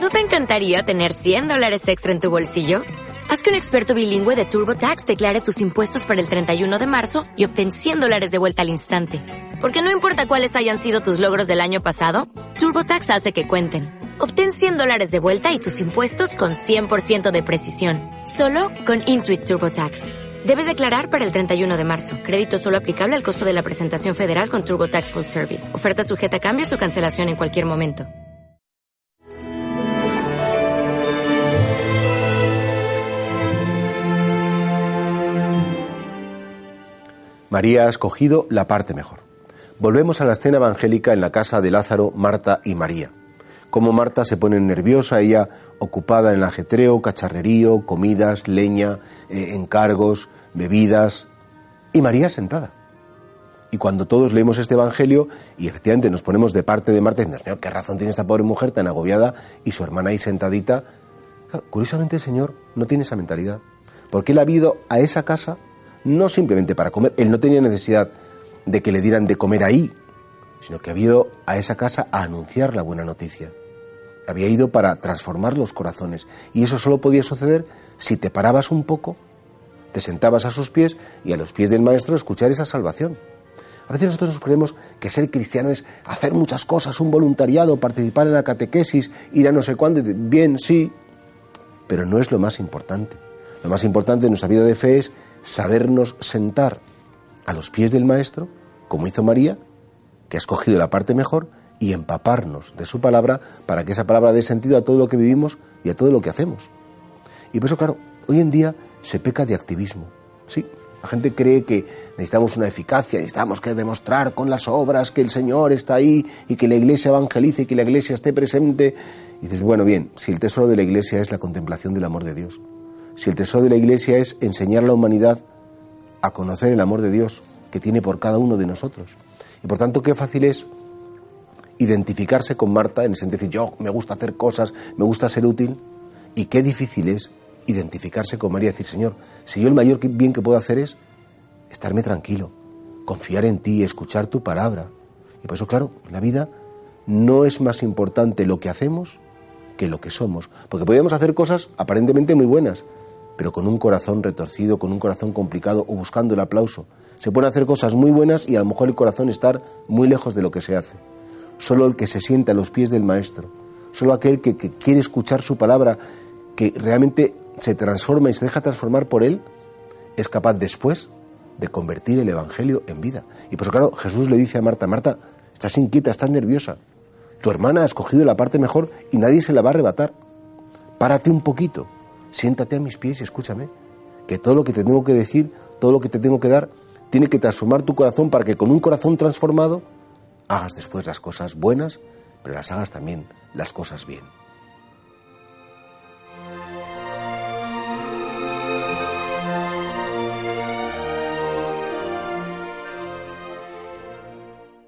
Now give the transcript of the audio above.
¿No te encantaría tener $100 extra en tu bolsillo? Haz que un experto bilingüe de TurboTax declare tus impuestos para el 31 de marzo y obtén $100 de vuelta al instante. Porque no importa cuáles hayan sido tus logros del año pasado, TurboTax hace que cuenten. Obtén $100 de vuelta y tus impuestos con 100% de precisión. Solo con Intuit TurboTax. Debes declarar para el 31 de marzo. Crédito solo aplicable al costo de la presentación federal con TurboTax Full Service. Oferta sujeta a cambios o cancelación en cualquier momento. María ha escogido la parte mejor. Volvemos a la escena evangélica en la casa de Lázaro, Marta y María. Cómo Marta se pone nerviosa, ella ocupada en el ajetreo, cacharrerío, comidas, leña, encargos, bebidas, y María sentada. Y cuando todos leemos este evangelio y efectivamente nos ponemos de parte de Marta, diciendo, Señor, ¿qué razón tiene esta pobre mujer tan agobiada y su hermana ahí sentadita? Curiosamente el Señor no tiene esa mentalidad, porque Él ha ido a esa casa no simplemente para comer, Él no tenía necesidad de que le dieran de comer ahí, sino que había ido a esa casa a anunciar la buena noticia. Había ido para transformar los corazones. Y eso solo podía suceder si te parabas un poco, te sentabas a sus pies y a los pies del Maestro escuchar esa salvación. A veces nosotros nos creemos que ser cristiano es hacer muchas cosas, un voluntariado, participar en la catequesis, ir a no sé cuándo. Bien, sí, pero no es lo más importante. Lo más importante en nuestra vida de fe es sabernos sentar a los pies del Maestro, como hizo María, que ha escogido la parte mejor, y empaparnos de su palabra para que esa palabra dé sentido a todo lo que vivimos y a todo lo que hacemos. Y por eso, claro, hoy en día se peca de activismo. Sí, la gente cree que necesitamos una eficacia, necesitamos que demostrar con las obras que el Señor está ahí y que la Iglesia evangelice y que la Iglesia esté presente. Y dices, bueno, bien, si el tesoro de la Iglesia es la contemplación del amor de Dios, si el tesoro de la Iglesia es enseñar a la humanidad a conocer el amor de Dios que tiene por cada uno de nosotros. Y por tanto, qué fácil es identificarse con Marta, en el sentido de decir, yo me gusta hacer cosas, me gusta ser útil, y qué difícil es identificarse con María y decir, Señor, si yo el mayor bien que puedo hacer es estarme tranquilo, confiar en ti, escuchar tu palabra. Y por eso, claro, en la vida no es más importante lo que hacemos que lo que somos, porque podemos hacer cosas aparentemente muy buenas, pero con un corazón retorcido, con un corazón complicado o buscando el aplauso. Se pueden hacer cosas muy buenas y a lo mejor el corazón estar muy lejos de lo que se hace. Solo el que se sienta a los pies del Maestro, solo aquel que quiere escuchar su palabra, que realmente se transforma y se deja transformar por Él, es capaz después de convertir el Evangelio en vida. Y por eso, claro, Jesús le dice a Marta, Marta, estás inquieta, estás nerviosa. Tu hermana ha escogido la parte mejor y nadie se la va a arrebatar. Párate un poquito, siéntate a mis pies y escúchame, que todo lo que te tengo que decir, todo lo que te tengo que dar, tiene que transformar tu corazón para que con un corazón transformado hagas después las cosas buenas, pero las hagas también las cosas bien.